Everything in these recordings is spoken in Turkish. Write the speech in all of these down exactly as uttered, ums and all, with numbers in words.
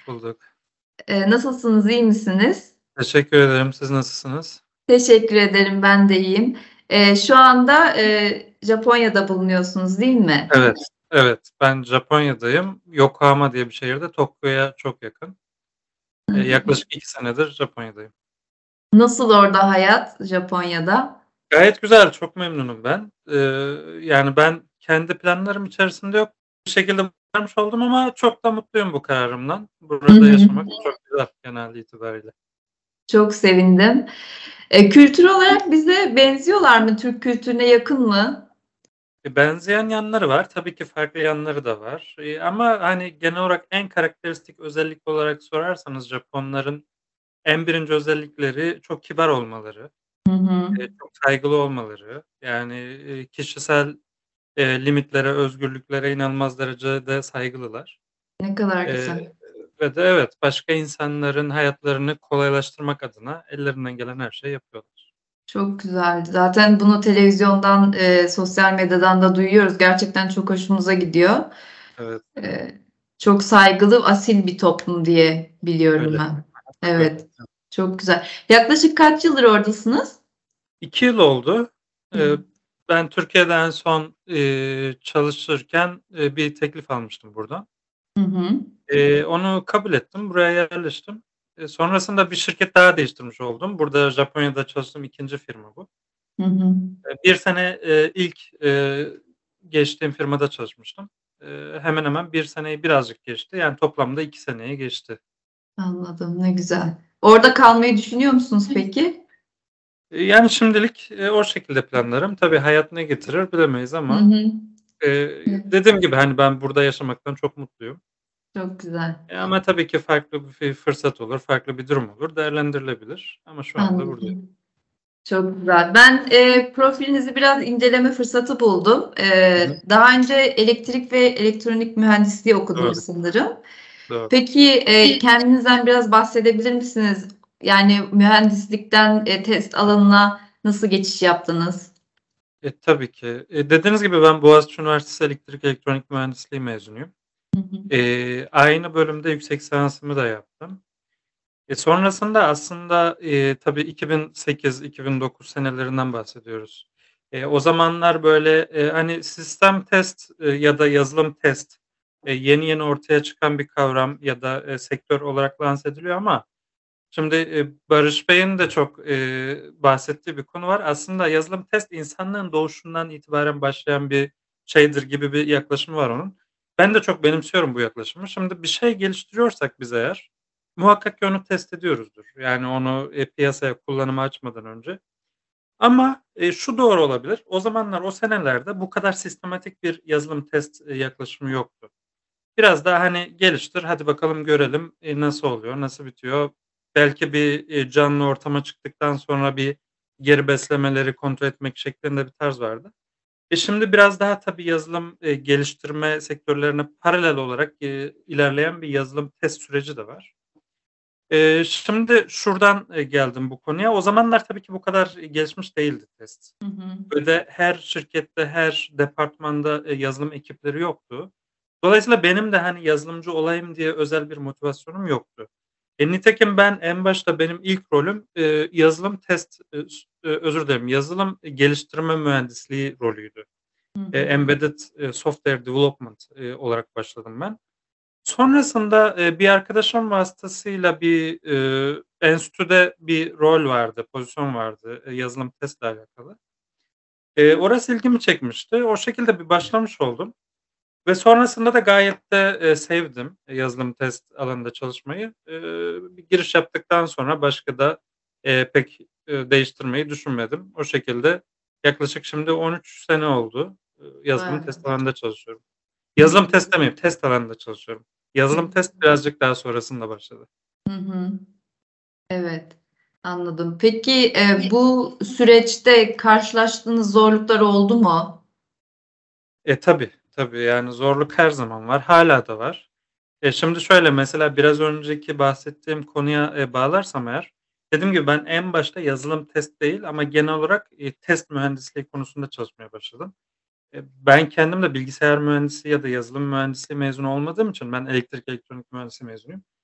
Hoş bulduk. Eee, nasılsınız, iyi misiniz? Teşekkür ederim. Siz nasılsınız? Teşekkür ederim, ben de iyiyim. Eee, şu anda, eee, Japonya'da bulunuyorsunuz, değil mi? Evet, evet. Ben Japonya'dayım. Yokohama diye bir şehirde, Tokyo'ya çok yakın. Hı Eee, hı. yaklaşık iki senedir Japonya'dayım. Nasıl orada hayat, Japonya'da? Gayet güzel, çok memnunum ben. Eee, yani, ben kendi planlarım içerisinde yok bir şekilde vermiş oldum ama çok da mutluyum bu kararımdan. Hı Burada hı. yaşamak çok güzel genel itibariyle. Çok sevindim. Eee, kültür olarak bize benziyorlar mı? Türk kültürüne yakın mı? E, benzeyen yanları var. Tabii ki farklı yanları da var. Eee, ama, hani, genel olarak en karakteristik özellik olarak sorarsanız Japonların en birinci özellikleri çok kibar olmaları, Hı hı. eee, çok saygılı olmaları, yani, eee, kişisel, eee, limitlere, özgürlüklere inanılmaz derecede saygılılar. Ne kadar Eee, güzel. ve de evet, başka insanların hayatlarını kolaylaştırmak adına ellerinden gelen her şeyi yapıyorlar. Çok güzel. Zaten bunu televizyondan, eee, sosyal medyadan da duyuyoruz. Gerçekten çok hoşumuza gidiyor. Evet, Eee, çok saygılı, asil bir toplum diye biliyorum öyle. ben. Tabii. Evet, çok güzel. Yaklaşık kaç yıldır oradasınız? iki yıl oldu. Hı. Eee, ben Türkiye'de en son, eee, çalışırken, eee, bir teklif almıştım buradan. Hı hı. Eee, onu kabul ettim, buraya yerleştim. Eee, sonrasında bir şirket daha değiştirmiş oldum. Burada Japonya'da çalıştığım ikinci firma bu. Hı hı. Eee, bir sene, eee, ilk, eee, geçtiğim firmada çalışmıştım. Eee, hemen hemen bir seneyi birazcık geçti. Yani toplamda iki seneyi geçti. Anladım, ne güzel. Orada kalmayı düşünüyor musunuz peki? Eee, yani şimdilik, eee, o şekilde planlarım. Tabii hayat ne getirir bilemeyiz Hı ama, hı. eee, dediğim gibi, hani, ben burada yaşamaktan çok mutluyum. Çok güzel. Eee, ama tabii ki farklı bir fi fırsat olur, farklı bir durum olur, değerlendirilebilir ama şu anda buradayım. Anladım. Çok güzel. Ben, eee, profilinizi biraz inceleme fırsatı buldum. Hı hı. Eee, daha önce elektrik ve elektronik mühendisliği okudunuz Doğru, sanırım. doğru. Peki, eee, kendinizden biraz bahsedebilir misiniz? Yani mühendislikten, eee, test alanına nasıl geçiş yaptınız? E, tabii ki. Eee, dediğiniz gibi ben Boğaziçi Üniversitesi Elektrik Elektronik Mühendisliği mezunuyum. Hı hı. Eee, aynı bölümde yüksek lisansımı da yaptım. E, sonrasında aslında, eee, tabii iki bin sekiz-iki bin dokuz senelerinden bahsediyoruz. Eee, o zamanlar böyle, eee, hani, sistem test, eee, ya da yazılım test, eee, yeni yeni ortaya çıkan bir kavram ya da, eee, sektör olarak lanse ediliyor ama şimdi, eee, Barış Bey'in de çok, eee, bahsettiği bir konu var. Aslında yazılım test insanlığın doğuşundan itibaren başlayan bir şeydir gibi bir yaklaşımı var onun. Ben de çok benimsiyorum bu yaklaşımı. Şimdi bir şey geliştiriyorsak biz eğer muhakkak ki onu test ediyoruzdur. Yani onu, eee, piyasaya kullanıma açmadan önce. Ama, eee, şu doğru olabilir. O zamanlar, o senelerde bu kadar sistematik bir yazılım test, eee, yaklaşımı yoktu. Biraz daha, hani, geliştir, hadi bakalım görelim, eee, nasıl oluyor, nasıl bitiyor? Belki bir, eee, canlı ortama çıktıktan sonra bir geri beslemeleri kontrol etmek şeklinde bir tarz vardı. E, şimdi biraz daha tabii yazılım, eee, geliştirme sektörlerine paralel olarak, eee, ilerleyen bir yazılım test süreci de var. Eee, şimdi şuradan, eee, geldim bu konuya. O zamanlar tabii ki bu kadar, eee, gelişmiş değildi test. Hı hı. Böyle her şirkette, her departmanda, eee, yazılım ekipleri yoktu. Dolayısıyla benim de, hani, yazılımcı olayım diye özel bir motivasyonum yoktu. E, nitekim ben en başta benim ilk rolüm, eee, yazılım test, eee, s eee, özür dilerim, yazılım geliştirme mühendisliği rolüydü. Hı Eee, hı. embedded, eee, software development, eee, olarak başladım ben. Sonrasında, eee, bir arkadaşım vasıtasıyla bir, eee, enstitüde bir rol vardı, pozisyon vardı, eee, yazılım testle alakalı. Eee, orası ilgimi çekmişti. O şekilde bir başlamış oldum ve sonrasında da gayet de, eee, sevdim, eee, yazılım test alanında çalışmayı. Eee, bir giriş yaptıktan sonra başka da, eee, pek, eee, değiştirmeyi düşünmedim. O şekilde yaklaşık şimdi on üç sene oldu, ııı, yazılım Vay. test alanında çalışıyorum. Hı Yazılım hı. test demeyeyim, test alanında çalışıyorum. Yazılım test birazcık daha sonrasında başladı. Hı hı. Evet, anladım. Peki, eee, bu süreçte karşılaştığınız zorluklar oldu mu? E, tabii, tabii. Yani zorluk her zaman var, hâlâ da var. E, şimdi şöyle, mesela biraz önceki bahsettiğim konuya, eee, bağlarsam eğer, dediğim gibi ben en başta yazılım test değil ama genel olarak, eee, test mühendisliği konusunda çalışmaya başladım. Eee, ben kendim de bilgisayar mühendisliği ya da yazılım mühendisliği mezunu olmadığım için ben elektrik elektronik mühendisliği mezunuyum.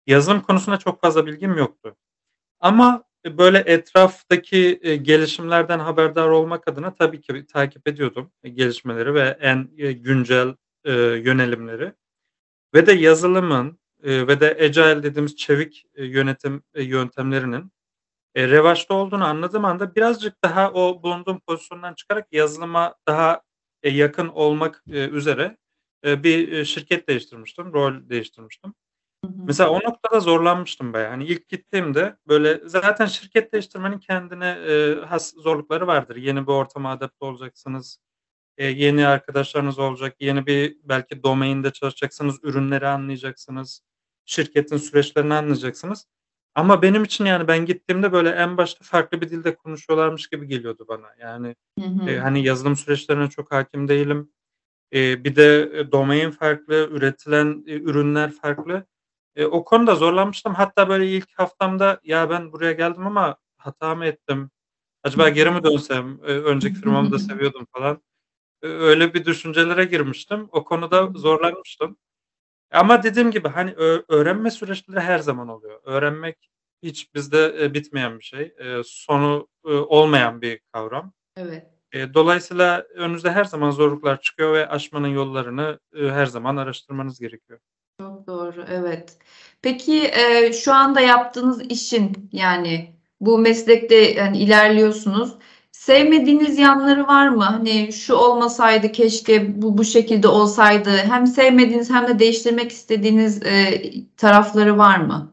yazılım konusunda çok fazla bilgim yoktu. Ama, eee, böyle etraftaki, eee, gelişimlerden haberdar olmak adına tabii ki bir takip ediyordum, eee, gelişmeleri ve en, eee, güncel, eee, yönelimleri ve de yazılımın, eee, ve de agile dediğimiz çevik, eee, yönetim, eee, yöntemlerinin, eee, revaçta olduğunu anladığım anda birazcık daha o bulunduğum pozisyondan çıkarak yazılıma daha, eee, yakın olmak, eee, üzere, eee, bir, eee, şirket değiştirmiştim, rol değiştirmiştim. Hı hı. Mesela o noktada zorlanmıştım bayağı. Hani, ilk gittiğimde, böyle, zaten şirket değiştirmenin kendine, eee, has zorlukları vardır. Yeni bir ortama adapte olacaksınız, eee, yeni arkadaşlarınız olacak, yeni bir belki domainde çalışacaksınız, ürünleri anlayacaksınız, şirketin süreçlerini anlayacaksınız. Ama benim için, yani, ben gittiğimde, böyle, en başta farklı bir dilde konuşuyorlarmış gibi geliyordu bana. Yani, Hı eee, hı. hani, yazılım süreçlerine çok hâkim değilim. Eee, bir de, eee, domain farklı, üretilen, eee, ürünler farklı. Eee, o konuda zorlanmıştım. Hatta, böyle, ilk haftamda, "Ya, ben buraya geldim ama hata mı ettim? Hı Acaba geri mi hı. dönsem? Eee, önceki firmamı da seviyordum." falan. Eee, öyle bir düşüncelere girmiştim. O Hı konuda hı. zorlanmıştım. Ama dediğim gibi, hani, ö öğrenme süreçleri her zaman oluyor. Öğrenmek hiç bizde, eee, bitmeyen bir şey. Eee, sonu, ııı, olmayan bir kavram. Evet. Eee, dolayısıyla önünüze her zaman zorluklar çıkıyor ve aşmanın yollarını, ııı, her zaman araştırmanız gerekiyor. Çok doğru, evet. Peki, eee, şu anda yaptığınız işin, yani, bu meslekte, hani, ilerliyorsunuz. Sevmediğiniz yanları var mı? Hani, "Şu olmasaydı keşke, bu bu şekilde olsaydı." Hem sevmediğiniz hem de değiştirmek istediğiniz, eee, tarafları var mı?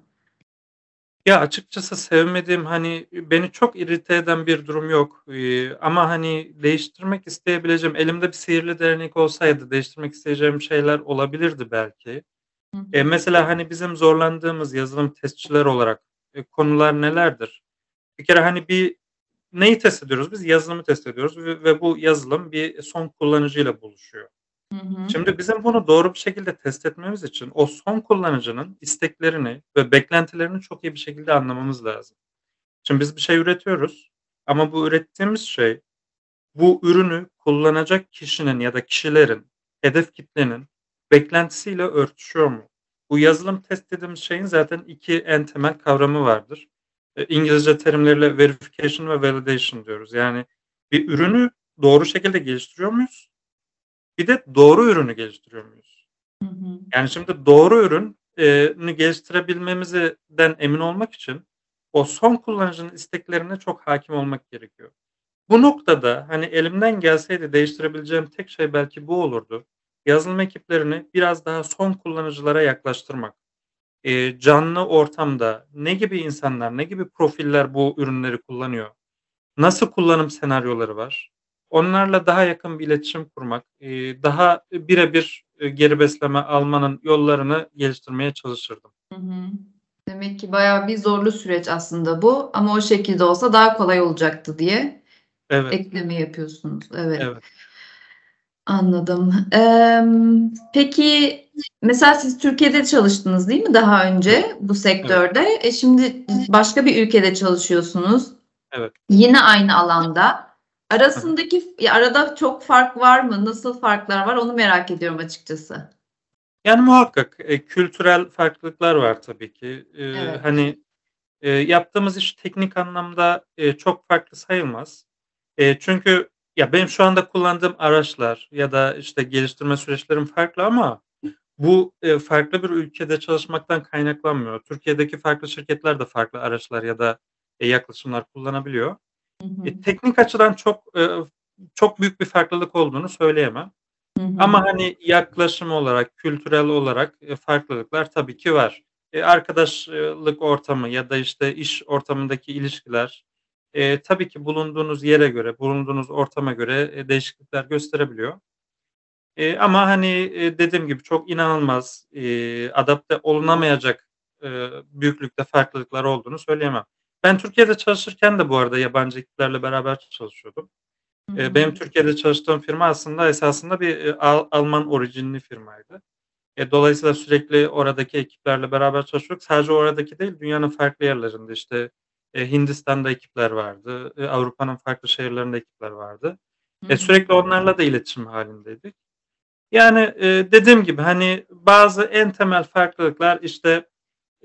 Ya, açıkçası sevmediğim, hani, beni çok irite eden bir durum yok. Eee, ama, hani, değiştirmek isteyebileceğim, elimde bir sihirli değnek olsaydı değiştirmek isteyeceğim şeyler olabilirdi belki. Hı Eee, hı. mesela, hani, bizim zorlandığımız yazılım testçiler olarak, eee, konular nelerdir? Bir kere, hani, bir neyi test ediyoruz biz? Yazılımı test ediyoruz ve ve bu yazılım bir son kullanıcıyla buluşuyor. Hı hı. Şimdi bizim bunu doğru bir şekilde test etmemiz için o son kullanıcının isteklerini ve beklentilerini çok iyi bir şekilde anlamamız lazım. Şimdi biz bir şey üretiyoruz ama bu ürettiğimiz şey, bu ürünü kullanacak kişinin ya da kişilerin, hedef kitlenin beklentisiyle örtüşüyor mu? Bu yazılım test dediğimiz şeyin zaten iki en temel kavramı vardır. Eee, İngilizce terimleriyle verification ve validation diyoruz. Yani bir ürünü doğru şekilde geliştiriyor muyuz? Bir de doğru ürünü geliştiriyor muyuz? Hı hı. Yani, şimdi doğru ürün eee, ni geliştirebilmemizden emin olmak için o son kullanıcının isteklerine çok hâkim olmak gerekiyor. Bu noktada, hani, elimden gelseydi değiştirebileceğim tek şey belki bu olurdu. Yazılım ekiplerini biraz daha son kullanıcılara yaklaştırmak. Eee, canlı ortamda ne gibi insanlar, ne gibi profiller bu ürünleri kullanıyor? Nasıl kullanım senaryoları var? Onlarla daha yakın bir iletişim kurmak, eee, daha bire bir, eee, geri besleme almanın yollarını geliştirmeye çalışırdım. Hı hı. Demek ki bayağı bir zorlu süreç aslında bu ama o şekilde olsa daha kolay olacaktı diye Evet, ekleme yapıyorsunuz. Evet. evet, Anladım. Emm, peki, mesela siz Türkiye'de çalıştınız, değil mi daha evet, önce bu evet, sektörde? E, şimdi başka bir ülkede çalışıyorsunuz. evet. Yine aynı alanda. Hı hı. Arasındaki f ya, arada çok fark var mı? Nasıl farklar var? Onu merak ediyorum açıkçası. Yani, muhakkak, eee, kültürel farklılıklar var tabii ki. Eee, Evet. hani, eee, yaptığımız iş teknik anlamda, eee, çok farklı sayılmaz. Eee, çünkü ya, benim şu anda kullandığım araçlar ya da, işte, geliştirme süreçlerim farklı ama bu, eee, farklı bir ülkede çalışmaktan kaynaklanmıyor. Türkiye'deki farklı şirketler de farklı araçlar ya da, eee, yaklaşımlar kullanabiliyor. Hı hı. E, teknik açıdan çok, eee, çok büyük bir farklılık olduğunu söyleyemem. Hı hı. Ama, hani, yaklaşım olarak, kültürel olarak, eee, farklılıklar tabii ki var. Eee, arkadaşlık ortamı ya da, işte, iş ortamındaki ilişkiler, eee, tabii ki bulunduğunuz yere göre, bulunduğunuz ortama göre, eee, değişiklikler gösterebiliyor. Eee, ama, hani, eee, dediğim gibi çok inanılmaz, eee, adapte olunamayacak, eee, büyüklükte farklılıklar olduğunu söyleyemem. Ben Türkiye'de çalışırken de bu arada yabancı ekiplerle beraber çalışıyordum. Hı Eee, hı. benim Türkiye'de çalıştığım firma aslında esasında bir, eee, Al Alman orijinli firmaydı. Eee, dolayısıyla sürekli oradaki ekiplerle beraber çalışıyorduk. Sadece oradaki değil, dünyanın farklı yerlerinde, işte, eee, Hindistan'da ekipler vardı, eee, Avrupa'nın farklı şehirlerinde ekipler vardı. Hı E, hı. sürekli onlarla da iletişim hâlindeydik. Yani, eee, dediğim gibi, hani, bazı en temel farklılıklar, işte,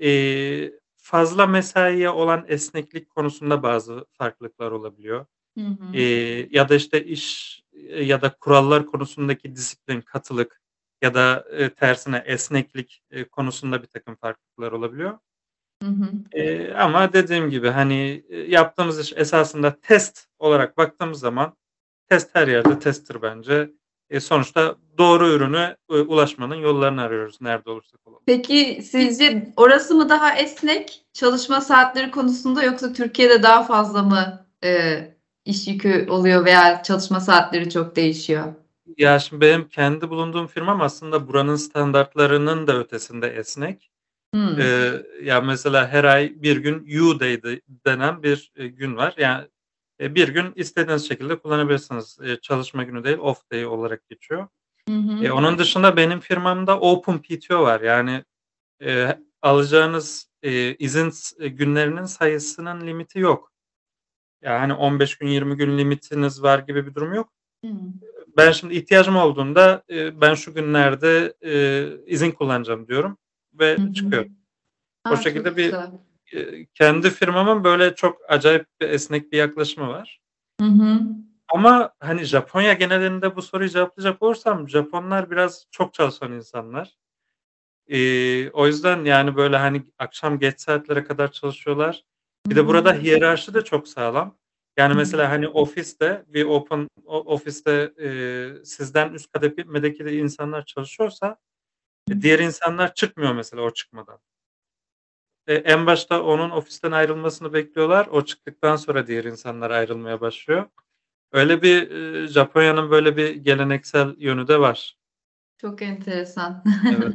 eee, fazla mesaiye olan esneklik konusunda bazı farklılıklar olabiliyor. Hı hı. Eee, ya da, işte, iş, eee, ya da kurallar konusundaki disiplin, katılık ya da, eee, tersine esneklik, eee, konusunda birtakım farklılıklar olabiliyor. Hı hı. Eee, ama dediğim gibi, hani, eee, yaptığımız iş esasında test olarak baktığımız zaman test her yerde testtir bence. Eee, sonuçta doğru ürüne, ııı, ulaşmanın yollarını arıyoruz nerede olursak olalım. Peki sizce orası mı daha esnek çalışma saatleri konusunda yoksa Türkiye'de daha fazla mı, eee, iş yükü oluyor veya çalışma saatleri çok değişiyor? Ya, şimdi benim kendi bulunduğum firmam aslında buranın standartlarının da ötesinde esnek. Hımm. Eee, ya, mesela her ay bir gün U-Day de denen bir, eee, gün var. Yani, eee, bir gün istediğiniz şekilde kullanabilirsiniz. Eee, çalışma günü değil, off day olarak geçiyor. Hı hı. Eee, onun dışında benim firmamda Open P T O var. Yani, eee, alacağınız, eee, izin s eee, günlerinin sayısının limiti yok. Yani on beş gün, yirmi gün limitiniz var gibi bir durum yok. Hımm. Ben şimdi ihtiyacım olduğunda, eee, ben şu günlerde, eee, izin kullanacağım diyorum ve Hı hı. çıkıyorum. O A, şekilde çok bir, güzel. eee, kendi firmamın böyle çok acayip bir esnek bir yaklaşımı var. Hı hı. Ama, hani, Japonya genelinde bu soruyu cevaplayacak olursam Japonlar biraz çok çalışan insanlar. Eee, o yüzden, yani, böyle, hani, akşam geç saatlere kadar çalışıyorlar. Hı Bir de burada hı. hiyerarşi de çok sağlam. Yani, Hı hı. mesela, hani, ofiste bir open o ofiste, eee, sizden üst kademedeki de insanlar çalışıyorsa, Hı. e, diğer insanlar çıkmıyor mesela o çıkmadan. Eee, en başta onun ofisten ayrılmasını bekliyorlar. O çıktıktan sonra diğer insanlar ayrılmaya başlıyor. Öyle bir, eee, Japonya'nın böyle bir geleneksel yönü de var. Çok enteresan. Evet.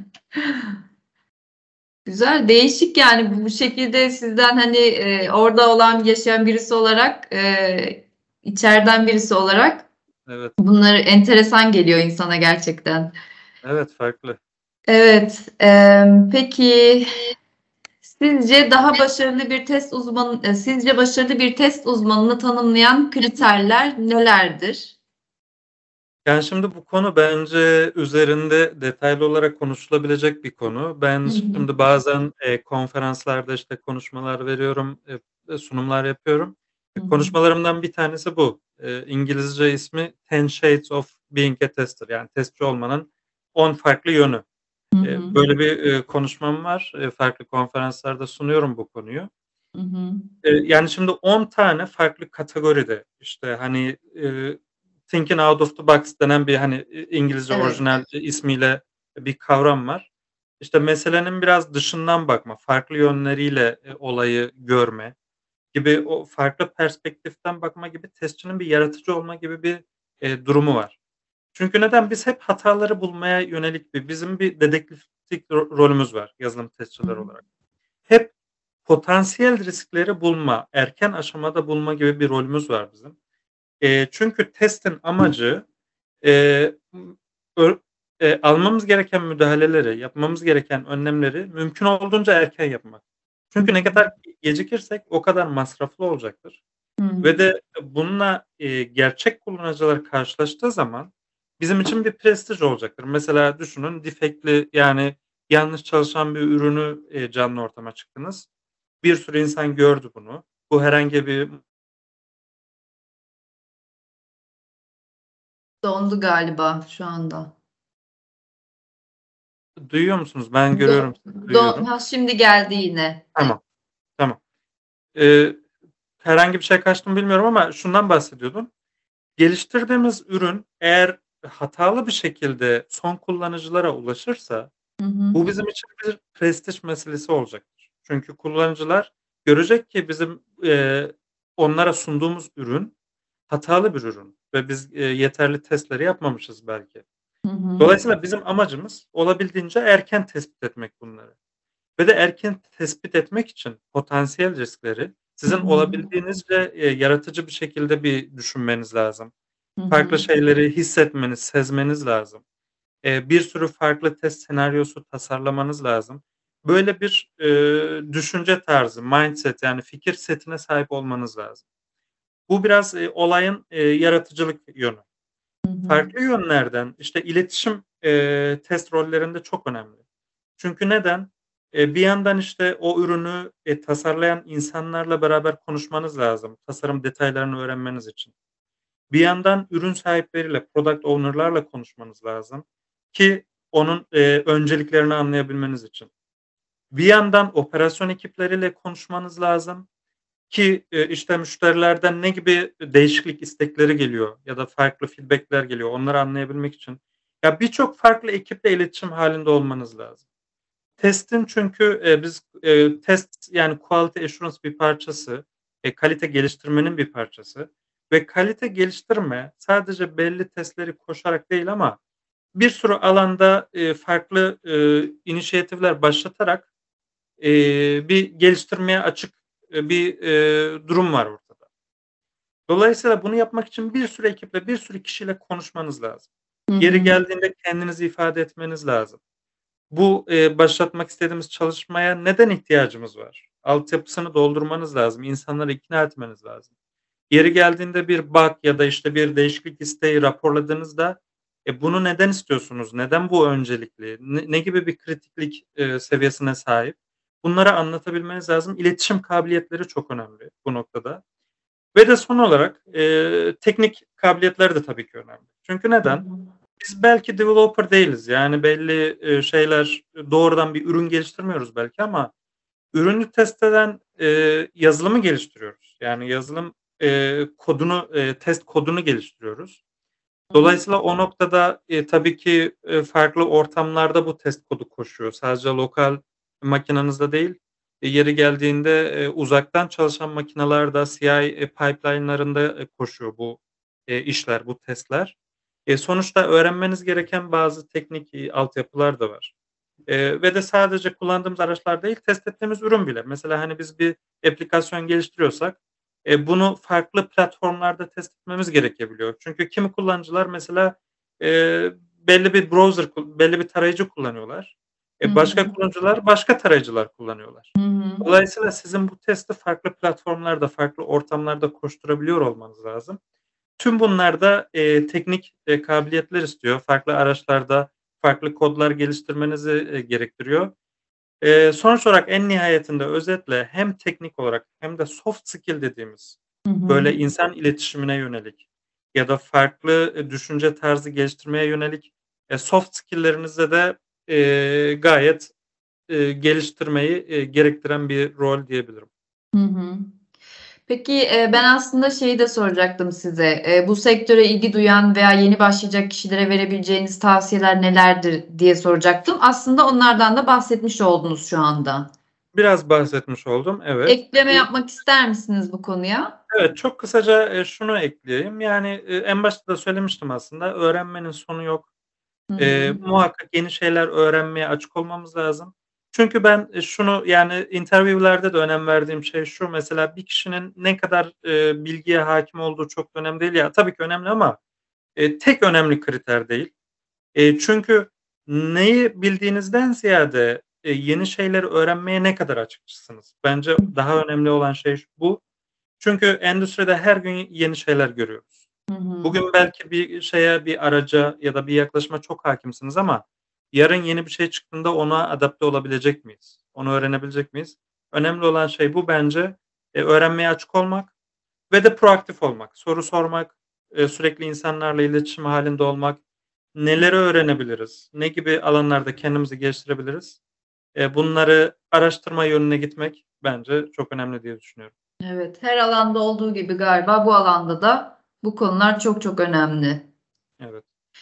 Güzel, değişik yani bu şekilde sizden, hani, eee, orada olan, yaşayan birisi olarak, eee, içeriden birisi olarak Evet. bunlar enteresan geliyor insana gerçekten. Evet, farklı. Evet, emm, peki sizce daha başarılı bir test uzmanı eee, sizce başarılı bir test uzmanını tanımlayan kriterler nelerdir? Yani, şimdi bu konu bence üzerinde detaylı olarak konuşulabilecek bir konu. Ben Hı hı. şimdi bazen, eee, konferanslarda, işte, konuşmalar veriyorum, eee, eee, sunumlar yapıyorum. Hı E, hı. konuşmalarımdan bir tanesi bu. Eee, İngilizce ismi Ten Shades of Being a Tester, yani testçi olmanın on farklı yönü. Hı Eee, hı. böyle bir, eee, konuşmam var. Eee, farklı konferanslarda sunuyorum bu konuyu. Hı hı. Eee, yani, şimdi on tane farklı kategoride, işte, hani, eee, thinking out of the box denen bir, hani, İ İngilizce Evet. orijinal, eee, ismiyle bir kavram var. İşte, meselenin biraz dışından bakma, farklı yönleriyle, eee, olayı görme gibi, o farklı perspektiften bakma gibi testçinin bir yaratıcı olma gibi bir, eee, durumu var. Çünkü neden? Biz hep hataları bulmaya yönelik bir bizim bir dedektiflik ro rolümüz var yazılım Hı testçileri hı. olarak. Hep potansiyel riskleri bulma, erken aşamada bulma gibi bir rolümüz var bizim. Eee, çünkü testin amacı, eee, ımm, ö eee, almamız gereken müdahaleleri, yapmamız gereken önlemleri mümkün olduğunca erken yapmak. Hı Çünkü ne hı. kadar gecikirsek o kadar masraflı olacaktır Hı hı. ve de bununla, eee, gerçek kullanıcılar karşılaştığı zaman bizim için bir prestij olacaktır. Mesela düşünün, defekt'li, yani yanlış çalışan bir ürünü, eee, canlı ortama çıktınız. Bir sürü insan gördü bunu. Bu herhangi bir Dondu galiba şu anda. Duyuyor musunuz? Ben görüyorum, Do sizi do duyuyorum. ha, şimdi geldi yine. Tamam, tamam. Eee, herhangi bir şey kaçtı mı bilmiyorum ama şundan bahsediyordum. Geliştirdiğimiz ürün eğer hatalı bir şekilde son kullanıcılara ulaşırsa Hı hı. bu bizim için bir prestij meselesi olacaktır. Çünkü kullanıcılar görecek ki bizim, eee, onlara sunduğumuz ürün hatalı bir ürün ve biz, eee, yeterli testleri yapmamışız belki. Hı hı. Dolayısıyla bizim amacımız olabildiğince erken tespit etmek bunları ve de erken tespit etmek için potansiyel riskleri Hı sizin hı. olabildiğinizce, eee, yaratıcı bir şekilde bir düşünmeniz lazım. Hı Farklı hı. şeyleri hissetmeniz, sezmeniz lazım. Eee, bir sürü farklı test senaryosu tasarlamanız lazım. Böyle bir, eee, düşünce tarzı, mindset, yani fikir setine sahip olmanız lazım. Bu biraz, eee, olayın, eee, yaratıcılık yönü. Hı hı. Farklı yönlerden, işte, iletişim, eee, test rollerinde çok önemli. Çünkü neden? Eee, bir yandan, işte, o ürünü, eee, tasarlayan insanlarla beraber konuşmanız lazım, tasarım detaylarını öğrenmeniz için. Bir yandan ürün sahipleriyle, product owner'larla konuşmanız lazım ki onun, eee, önceliklerini anlayabilmeniz için. Bir yandan operasyon ekipleriyle konuşmanız lazım ki, eee, işte, müşterilerden ne gibi değişiklik istekleri geliyor ya da farklı feedback'ler geliyor, onları anlayabilmek için. Ya, birçok farklı ekiple iletişim hâlinde olmanız lazım. Testin çünkü, eee, biz, eee, test yani quality assurance bir parçası, eee, kalite geliştirmenin bir parçası ve kalite geliştirme sadece belli testleri koşarak değil ama bir sürü alanda, eee, farklı, ııı, inisiyatifler başlatarak, eee, bir geliştirmeye açık, eee, bir, eee, durum var ortada. Dolayısıyla bunu yapmak için bir sürü ekiple, bir sürü kişiyle konuşmanız lazım. Hı Yeri hı. geldiğinde kendinizi ifade etmeniz lazım. Bu, eee, başlatmak istediğimiz çalışmaya neden ihtiyacımız var? Altyapısını doldurmanız lazım, insanları ikna etmeniz lazım. Yeri geldiğinde bir bug ya da, işte, bir değişiklik isteği raporladığınızda, e, bunu neden istiyorsunuz? Neden bu öncelikli? Ne ne gibi bir kritiklik, eee, seviyesine sahip? Bunları anlatabilmeniz lazım. İletişim kabiliyetleri çok önemli bu noktada ve de son olarak, eee, teknik kabiliyetler de tabii ki önemli. Çünkü Hı neden? hı. Biz belki developer değiliz. Yani belli, eee, şeyler doğrudan bir ürün geliştirmiyoruz belki ama ürünü test eden, eee, yazılımı geliştiriyoruz. Yani yazılım, eee, kodunu, eee, test kodunu geliştiriyoruz. Hı hı. Dolayısıyla o noktada, eee, tabii ki, eee, farklı ortamlarda bu test kodu koşuyor. Sadece lokal makinenizde değil, eee, yeri geldiğinde, eee, uzaktan çalışan makinalarda, C I, eee, pipeline'larında, eee, koşuyor bu, eee, işler, bu testler. Eee, sonuçta öğrenmeniz gereken bazı teknik, iii, altyapılar da var. Eee, ve de sadece kullandığımız araçlar değil, test ettiğimiz ürün bile. Mesela, hani, biz bir aplikasyon geliştiriyorsak, eee, bunu farklı platformlarda test etmemiz gerekebiliyor. Çünkü kimi kullanıcılar mesela, eee, belli bir browser kul belli bir tarayıcı kullanıyorlar. Hı E, hı. başka kullanıcılar başka tarayıcılar kullanıyorlar. Hı hı. Dolayısıyla sizin bu testi farklı platformlarda, farklı ortamlarda koşturabiliyor olmanız lazım. Tüm bunlar da, eee, teknik, eee, kabiliyetler istiyor. Farklı araçlarda farklı kodlar geliştirmenizi, eee, gerektiriyor. Eee, sonuç olarak en nihayetinde özetle hem teknik olarak hem de soft skill dediğimiz, Hı hı. böyle, insan iletişimine yönelik ya da farklı, eee, düşünce tarzı geliştirmeye yönelik, eee, soft skill'lerinizde de, eee, gayet, eee, geliştirmeyi, eee, gerektiren bir rol diyebilirim. Hı hı. Peki, eee, ben aslında şeyi de soracaktım size. Eee, bu sektöre ilgi duyan veya yeni başlayacak kişilere verebileceğiniz tavsiyeler nelerdir diye soracaktım. Aslında onlardan da bahsetmiş oldunuz şu anda. Biraz bahsetmiş oldum, evet. Ekleme İii yapmak ister misiniz bu konuya? Evet, çok kısaca, eee, şunu ekleyeyim. Yani, eee, en başta da söylemiştim aslında, öğrenmenin sonu yok. Hı hı. Eee, muhakkak yeni şeyler öğrenmeye açık olmamız lazım. Çünkü ben, eee, şunu, yani, interview'lerde de önem verdiğim şey şu, mesela bir kişinin ne kadar, eee, bilgiye hâkim olduğu çok da önemli değil. Ya, tabii ki önemli ama, eee, tek önemli kriter değil. Eee, çünkü neyi bildiğinizden ziyade, eee, yeni şeyleri öğrenmeye ne kadar açıksınız? Bence daha önemli olan şey ş bu. Çünkü endüstride her gün yeni şeyler görüyoruz. Hı hı. Bugün belki bir şeye, bir araca ya da bir yaklaşıma çok hâkimsiniz ama yarın yeni bir şey çıktığında ona adapte olabilecek miyiz? Onu öğrenebilecek miyiz? Önemli olan şey bu bence. Eee, öğrenmeye açık olmak ve de proaktif olmak. Soru sormak, eee, sürekli insanlarla iletişim hâlinde olmak. Neleri öğrenebiliriz? Ne gibi alanlarda kendimizi geliştirebiliriz? Eee, bunları araştırma yönüne gitmek bence çok önemli diye düşünüyorum. Evet, her alanda olduğu gibi galiba bu alanda da bu konular çok çok önemli. Evet.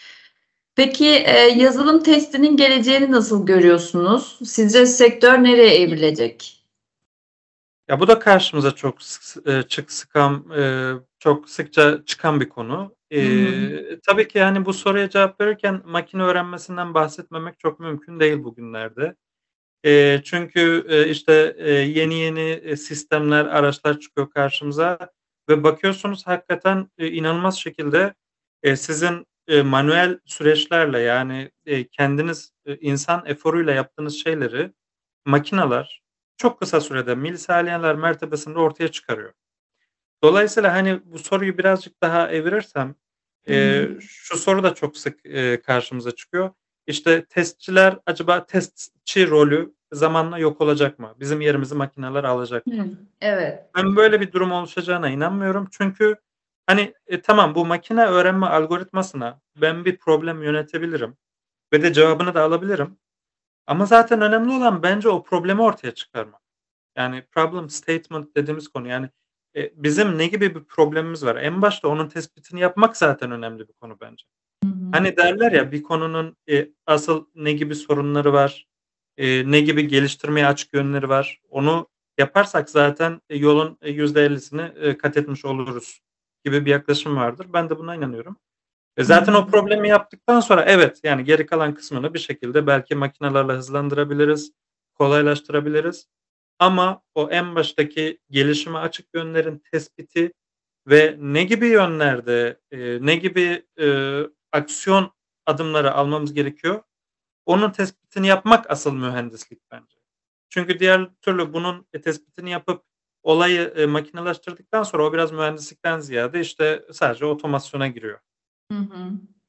Peki, eee, yazılım testinin geleceğini nasıl görüyorsunuz? Sizce sektör nereye evrilecek? Ya, bu da karşımıza çok sık sı eee, çık sıkan, eee, çok sıkça çıkan bir konu. Hı hı. Eee, tabii ki, hani, bu soruya cevap verirken makine öğrenmesinden bahsetmemek çok mümkün değil bugünlerde. Eee, çünkü, eee, işte, eee, yeni yeni, eee, sistemler, araçlar çıkıyor karşımıza ve bakıyorsunuz hakikaten, eee, inanılmaz şekilde, eee, sizin, eee, manuel süreçlerle, yani, eee, kendiniz, eee, insan eforuyla yaptığınız şeyleri makineler çok kısa sürede milisaniyeler mertebesinde ortaya çıkarıyor. Dolayısıyla, hani, bu soruyu birazcık daha evirirsem, Hı hı. eee, şu soru da çok sık, eee, karşımıza çıkıyor. İşte, testçiler acaba testçi rolü zamanla yok olacak mı? Bizim yerimizi makineler alacak mı? Hıı. Evet. Ben böyle bir durum oluşacağına inanmıyorum. Çünkü, hani, e, tamam bu makine öğrenme algoritmasına ben bir problem yönetebilirim ve de cevabını da alabilirim ama zaten önemli olan bence o problemi ortaya çıkarmak. Yani problem statement dediğimiz konu, yani, eee, bizim ne gibi bir problemimiz var? En başta onun tespitini yapmak zaten önemli bir konu bence. Hı hı. Hani, derler ya, bir konunun, eee, asıl ne gibi sorunları var, eee, ne gibi geliştirmeye açık yönleri var, onu yaparsak zaten, eee, yolun, eee, yüzde ellisini eee, kat etmiş oluruz gibi bir yaklaşım vardır. Ben de buna inanıyorum. E, Hı zaten o hı. problemi yaptıktan sonra evet, yani, geri kalan kısmını bir şekilde belki makinelerle hızlandırabiliriz, kolaylaştırabiliriz ama o en baştaki gelişime açık yönlerin tespiti ve ne gibi yönlerde, eee, ne gibi, eee, aksiyon adımları almamız gerekiyor, onun tespitini yapmak asıl mühendislik bence. Çünkü diğer türlü bunun, eee, tespitini yapıp olayı, eee, makinelaştırdıktan sonra o biraz mühendislikten ziyade, işte, sadece otomasyona giriyor. Hı hı.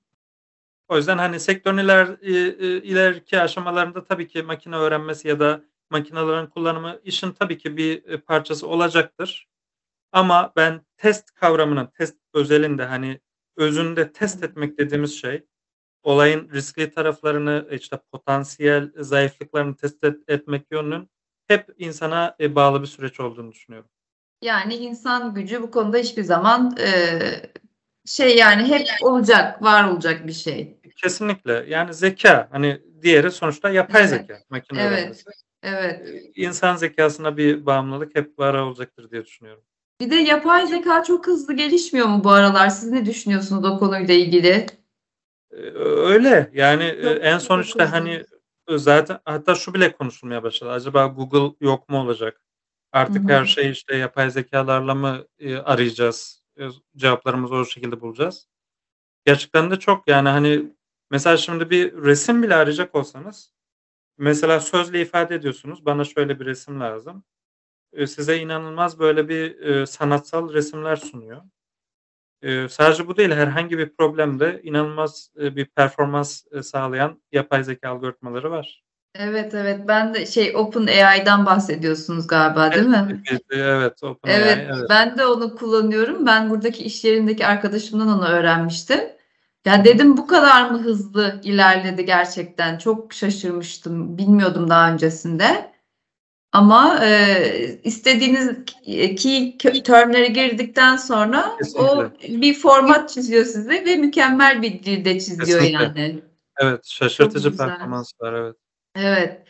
O yüzden, hani, sektörün iler eee, eee, ileriki aşamalarında tabii ki makine öğrenmesi ya da makinelerin kullanımı işin tabii ki bir, eee, parçası olacaktır. Ama ben test kavramının, test özelinde, hani, özünde test etmek dediğimiz şey, olayın riskli taraflarını, işte, potansiyel zayıflıklarını test et etmek yönünün hep insana, eee, bağlı bir süreç olduğunu düşünüyorum. Yani insan gücü bu konuda hiçbir zaman, eee, şey, yani hep olacak, var olacak bir şey. Kesinlikle. Yani zekâ, hani, diğeri sonuçta yapay Evet, zekâ, makine evet, öğrenmesi. evet. Eee, insan zekâsına bir bağımlılık hep var olacaktır diye düşünüyorum. Bir de yapay zekâ çok hızlı gelişmiyor mu bu aralar? Siz ne düşünüyorsunuz o konuyla ilgili? Eee, öyle. Yani, eee, Çok en son, çok işte, hızlı. hani, ııı, zaten hatta şu bile konuşulmaya başladı. Acaba Google yok mu olacak? Hı Artık hı. her şeyi, işte, yapay zekâlarla mı, eee, arayacağız? Eee, cevaplarımızı o şekilde bulacağız. Gerçekten de çok, yani, hani, mesela şimdi bir resim bile arayacak olsanız, mesela sözle ifade ediyorsunuz, "Bana şöyle bir resim lazım." Eee, size inanılmaz böyle bir, eee, sanatsal resimler sunuyor. Eee, sadece bu değil, herhangi bir problemde inanılmaz, eee, bir performans, eee, sağlayan yapay zekâ algoritmaları var. Evet, evet. Ben de şey OpenAI'dan bahsediyorsunuz galiba, değil mi? ChatGPT, evet, OpenAI, Evet, evet. ben de onu kullanıyorum. Ben buradaki iş yerindeki arkadaşımdan onu öğrenmiştim. Hı Ya hı. dedim bu kadar mı hızlı ilerledi gerçekten? Çok şaşırmıştım. Bilmiyordum daha öncesinde. Ama, eee, istediğiniz k key kö term'leri girdikten sonra o Kesinlikle, bir format çiziyor size ve mükemmel bir dilde çiziyor kesinlikle. yani. Evet, Çok şaşırtıcı güzel. performans var, evet. Evet.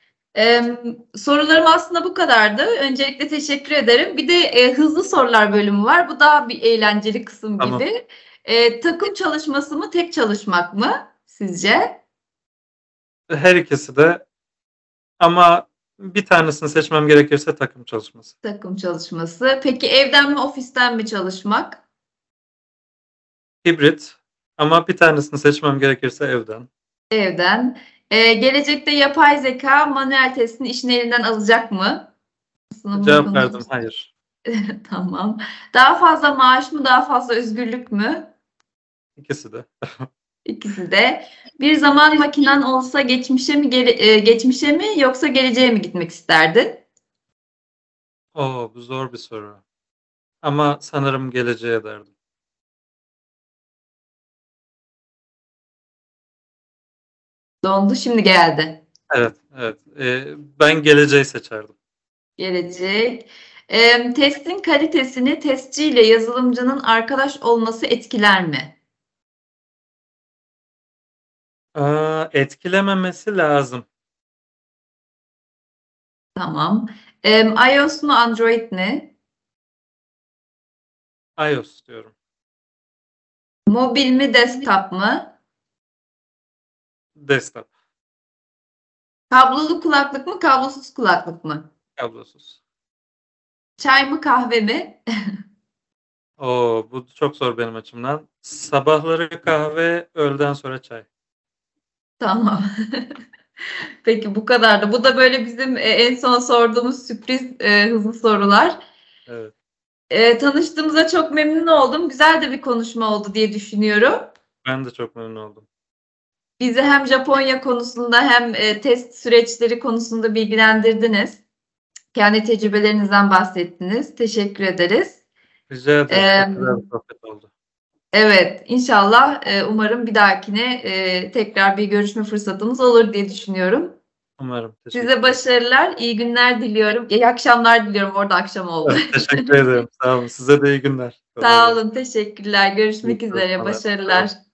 Emm, sorularım aslında bu kadardı. Öncelikle teşekkür ederim. Bir de, eee, hızlı sorular bölümü var. Bu daha bir eğlenceli kısım Tamam. gibi. Eee, takım çalışması mı, tek çalışmak mı sizce? Her ikisi de ama bir tanesini seçmem gerekirse takım çalışması. Takım çalışması. Peki evden mi, ofisten mi çalışmak? Hibrit ama bir tanesini seçmem gerekirse evden. Evden. Eee, gelecekte yapay zekâ manuel testin işini elinden alacak mı? Aslında bunu Cevap verdim, konuşmuştuk. hayır. Tamam. Daha fazla maaş mı, daha fazla özgürlük mü? İkisi de. İkisi de. Bir zaman makinen olsa geçmişe mi geri eee, geçmişe mi yoksa geleceğe mi gitmek isterdin? O! Bu zor bir soru ama sanırım geleceğe derdim. Dondu, şimdi geldi. Evet, evet. Eee, ben geleceği seçerdim. Gelecek. Emm, testin kalitesini testçiyle yazılımcının arkadaş olması etkiler mi? Aaa, etkilememesi lazım. Tamam. Emm, iOS mu, Android mi? iOS diyorum. Mobil mi, desktop mı? Desktop, Kablolu kulaklık mı, kablosuz kulaklık mı? kablosuz. Çay mı, kahve mi? O! Bu çok zor benim açımdan. Sabahları kahve, öğleden sonra çay. Tamam. Peki, bu kadardı. Bu da böyle bizim, eee, en son sorduğumuz sürpriz, eee, hızlı sorular. Evet, Eee, tanıştığımıza çok memnun oldum. Güzel de bir konuşma oldu diye düşünüyorum. ben de çok memnun oldum. bizi hem Japonya konusunda hem e, test süreçleri konusunda bilgilendirdiniz. Kendi tecrübelerinizden bahsettiniz. Teşekkür ederiz. Rica ederim. Ee, Çok güzel bir sohbet oldu. evet, inşallah e, umarım bir dahakine e, tekrar bir görüşme fırsatımız olur diye düşünüyorum. Umarım. Teşekkür Size ederim. başarılar, iyi günler diliyorum. İyi akşamlar diliyorum. Orada akşam oldu. Evet, teşekkür ederim. Sağ olun. Size de iyi günler. Kolay Sağ gelsin. olun, teşekkürler. Görüşmek Görüşürüz. üzere, Sağ olun. başarılar.